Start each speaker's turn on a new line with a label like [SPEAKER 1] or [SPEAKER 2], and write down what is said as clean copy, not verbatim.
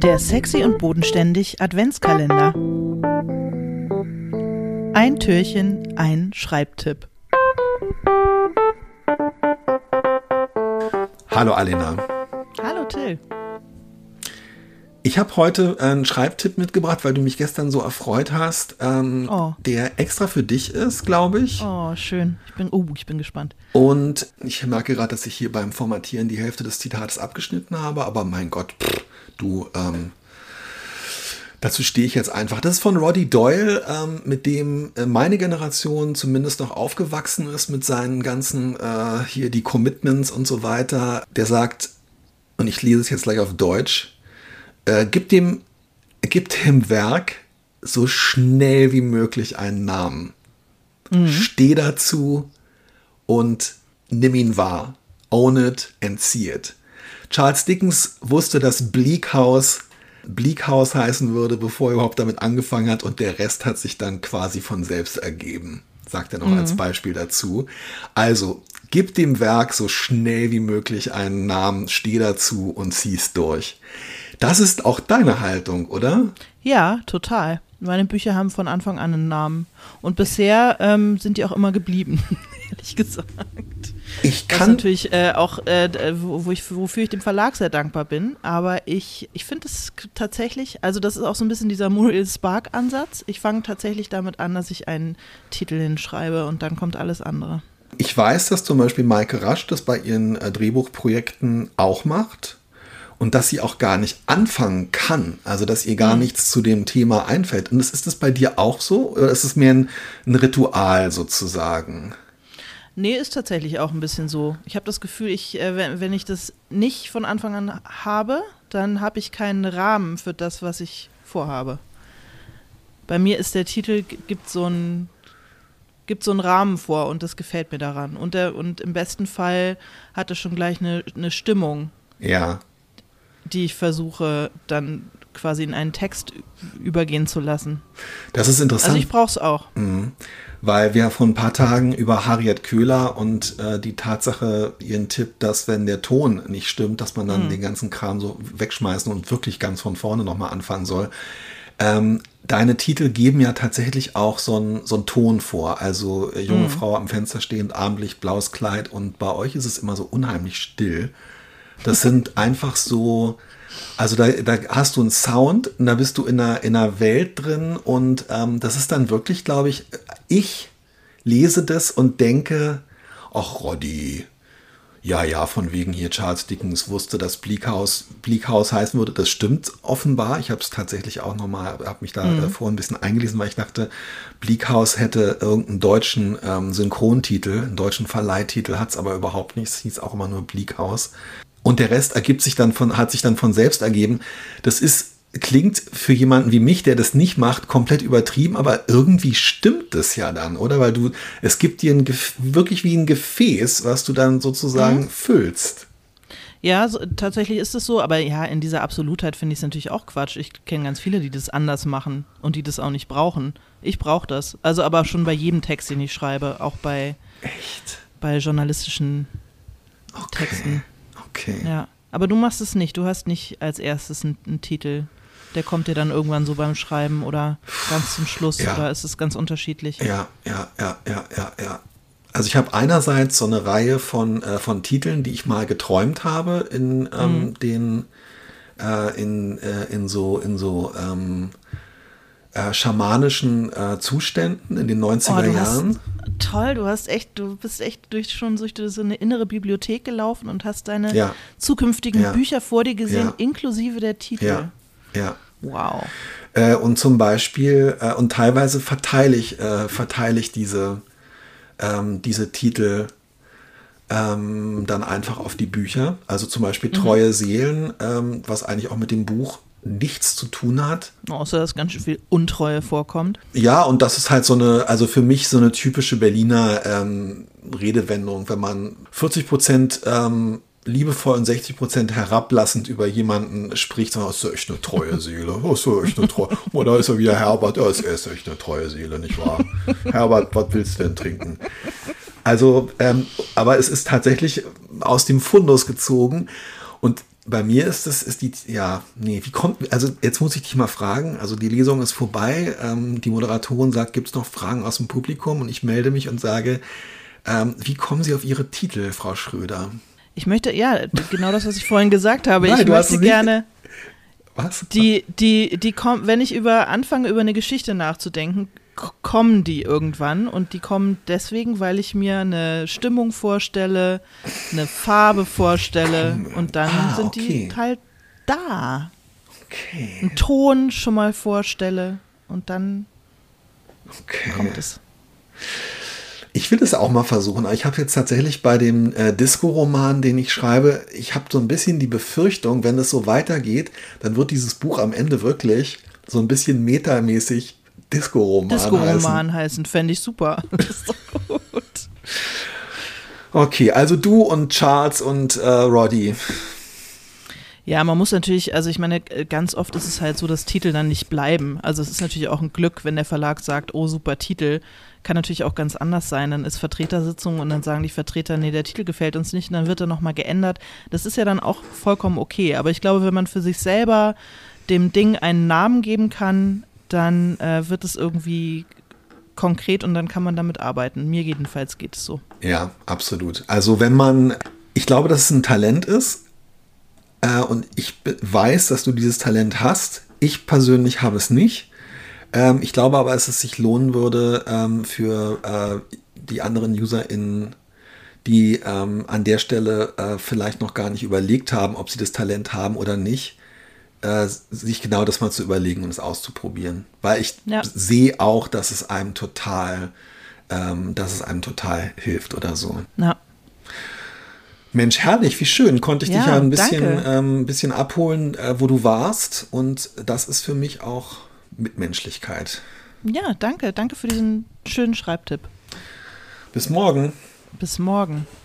[SPEAKER 1] Der Sexy und Bodenständig Adventskalender. Ein Türchen, ein Schreibtipp.
[SPEAKER 2] Hallo Alena.
[SPEAKER 1] Hallo Till.
[SPEAKER 2] Ich habe heute einen Schreibtipp mitgebracht, weil du mich gestern so erfreut hast, der extra für dich ist, glaube ich.
[SPEAKER 1] Oh, schön. Ich bin gespannt.
[SPEAKER 2] Und ich merke gerade, dass ich hier beim Formatieren die Hälfte des Zitates abgeschnitten habe, aber mein Gott, dazu stehe ich jetzt einfach. Das ist von Roddy Doyle, mit dem meine Generation zumindest noch aufgewachsen ist, mit seinen ganzen hier die Commitments und so weiter. Der sagt, und ich lese es jetzt gleich auf Deutsch, gib dem Werk so schnell wie möglich einen Namen. Steh dazu und nimm ihn wahr. Own it and see it. Charles Dickens wusste, dass Bleak House heißen würde, bevor er überhaupt damit angefangen hat, und der Rest hat sich dann quasi von selbst ergeben. Sagt er noch als Beispiel dazu. Also, gib dem Werk so schnell wie möglich einen Namen, steh dazu und zieh's durch. Das ist auch deine Haltung, oder?
[SPEAKER 1] Ja, total. Meine Bücher haben von Anfang an einen Namen. Und bisher sind die auch immer geblieben, ehrlich gesagt. Das ist natürlich auch, wofür ich dem Verlag sehr dankbar bin. Aber ich finde es tatsächlich, also das ist auch so ein bisschen dieser Muriel Spark-Ansatz. Ich fange tatsächlich damit an, dass ich einen Titel hinschreibe und dann kommt alles andere.
[SPEAKER 2] Ich weiß, dass zum Beispiel Maike Rasch das bei ihren Drehbuchprojekten auch macht. Und dass sie auch gar nicht anfangen kann, also dass ihr gar nichts zu dem Thema einfällt. Und ist das bei dir auch so? Oder ist es mehr ein Ritual sozusagen?
[SPEAKER 1] Nee, ist tatsächlich auch ein bisschen so. Ich habe das Gefühl, wenn ich das nicht von Anfang an habe, dann habe ich keinen Rahmen für das, was ich vorhabe. Bei mir ist der Titel, gibt so einen Rahmen vor und das gefällt mir daran. Und im besten Fall hat es schon gleich eine Stimmung.
[SPEAKER 2] Ja.
[SPEAKER 1] Die ich versuche, dann quasi in einen Text übergehen zu lassen.
[SPEAKER 2] Das ist interessant.
[SPEAKER 1] Also ich brauche es auch.
[SPEAKER 2] Weil wir vor ein paar Tagen über Harriet Köhler und die Tatsache, ihren Tipp, dass wenn der Ton nicht stimmt, dass man dann den ganzen Kram so wegschmeißen und wirklich ganz von vorne nochmal anfangen soll. Deine Titel geben ja tatsächlich auch so einen Ton vor. Also junge Frau am Fenster stehend, Abendlicht, blaues Kleid, und bei euch ist es immer so unheimlich still. Das sind einfach so, also da hast du einen Sound und da bist du in einer Welt drin, und das ist dann wirklich, glaube ich lese das und denke, ach Roddy, ja, von wegen hier Charles Dickens wusste, dass Bleak House heißen würde. Das stimmt offenbar. Ich habe es tatsächlich auch nochmal, habe mich da vorhin ein bisschen eingelesen, weil ich dachte, Bleak House hätte irgendeinen deutschen Synchrontitel, einen deutschen Verleihtitel, hat es aber überhaupt nicht. Es hieß auch immer nur Bleak House. Und der Rest hat sich dann von selbst ergeben. Klingt für jemanden wie mich, der das nicht macht, komplett übertrieben, aber irgendwie stimmt das ja dann, oder? Weil es gibt dir wirklich wie ein Gefäß, was du dann sozusagen füllst.
[SPEAKER 1] Ja, tatsächlich ist es so, aber ja, in dieser Absolutheit finde ich es natürlich auch Quatsch. Ich kenne ganz viele, die das anders machen und die das auch nicht brauchen. Ich brauche das. Also aber schon bei jedem Text, den ich schreibe, auch bei journalistischen Texten.
[SPEAKER 2] Okay.
[SPEAKER 1] Ja, aber du machst es nicht. Du hast nicht als erstes einen Titel. Der kommt dir dann irgendwann so beim Schreiben oder ganz zum Schluss, oder ist es ganz unterschiedlich?
[SPEAKER 2] Ja. Also ich habe einerseits so eine Reihe von Titeln, die ich mal geträumt habe in so schamanischen Zuständen in den 90er Jahren.
[SPEAKER 1] Toll, du bist echt durch so eine innere Bibliothek gelaufen und hast deine zukünftigen Bücher vor dir gesehen, inklusive der Titel.
[SPEAKER 2] Ja.
[SPEAKER 1] Wow.
[SPEAKER 2] Und zum Beispiel, und teilweise verteile ich diese Titel dann einfach auf die Bücher. Also zum Beispiel Treue Seelen, was eigentlich auch mit dem Buch nichts zu tun hat.
[SPEAKER 1] Außer dass ganz schön viel Untreue vorkommt.
[SPEAKER 2] Ja, und das ist halt also für mich so eine typische Berliner Redewendung, wenn man 40% liebevoll und 60% herablassend über jemanden spricht, dann ist ja echt eine treue Seele. Und da ist ja wieder Herbert, er ist echt eine treue Seele, nicht wahr? Herbert, was willst du denn trinken? Also, aber es ist tatsächlich aus dem Fundus gezogen, und Bei mir also jetzt muss ich dich mal fragen, also die Lesung ist vorbei, die Moderatorin sagt, gibt es noch Fragen aus dem Publikum und ich melde mich und sage, wie kommen Sie auf Ihre Titel, Frau Schröder?
[SPEAKER 1] Ich möchte, ja, genau das, was ich vorhin gesagt habe,
[SPEAKER 2] Nein,
[SPEAKER 1] ich möchte gerne,
[SPEAKER 2] was?
[SPEAKER 1] wenn ich anfange, über eine Geschichte nachzudenken, kommen die irgendwann und die kommen deswegen, weil ich mir eine Stimmung vorstelle, eine Farbe vorstelle und dann sind die halt da.
[SPEAKER 2] Okay.
[SPEAKER 1] Einen Ton schon mal vorstelle und dann kommt es.
[SPEAKER 2] Ich will es auch mal versuchen. Ich habe jetzt tatsächlich bei dem Disco-Roman, den ich schreibe, ich habe so ein bisschen die Befürchtung, wenn es so weitergeht, dann wird dieses Buch am Ende wirklich so ein bisschen metamäßig Disco-Roman
[SPEAKER 1] heißen, fände ich super. Das ist doch gut.
[SPEAKER 2] Okay, also du und Charles und Roddy.
[SPEAKER 1] Ja, man muss natürlich, also ich meine, ganz oft ist es halt so, dass Titel dann nicht bleiben. Also es ist natürlich auch ein Glück, wenn der Verlag sagt, oh, super Titel. Kann natürlich auch ganz anders sein. Dann ist Vertretersitzung und dann sagen die Vertreter, nee, der Titel gefällt uns nicht und dann wird er nochmal geändert. Das ist ja dann auch vollkommen okay. Aber ich glaube, wenn man für sich selber dem Ding einen Namen geben kann, dann wird es irgendwie konkret und dann kann man damit arbeiten. Mir jedenfalls geht es so.
[SPEAKER 2] Ja, absolut. Also ich glaube, dass es ein Talent ist und ich weiß, dass du dieses Talent hast. Ich persönlich habe es nicht. Ich glaube aber, dass es sich lohnen würde für die anderen UserInnen, die an der Stelle vielleicht noch gar nicht überlegt haben, ob sie das Talent haben oder nicht, sich genau das mal zu überlegen und es auszuprobieren. Weil ich sehe auch, dass es einem total hilft oder so.
[SPEAKER 1] Ja.
[SPEAKER 2] Mensch, herrlich, wie schön. Konnte ich dich ja ein bisschen abholen, wo du warst. Und das ist für mich auch Mitmenschlichkeit.
[SPEAKER 1] Ja, danke. Danke für diesen schönen Schreibtipp.
[SPEAKER 2] Bis morgen.
[SPEAKER 1] Bis morgen.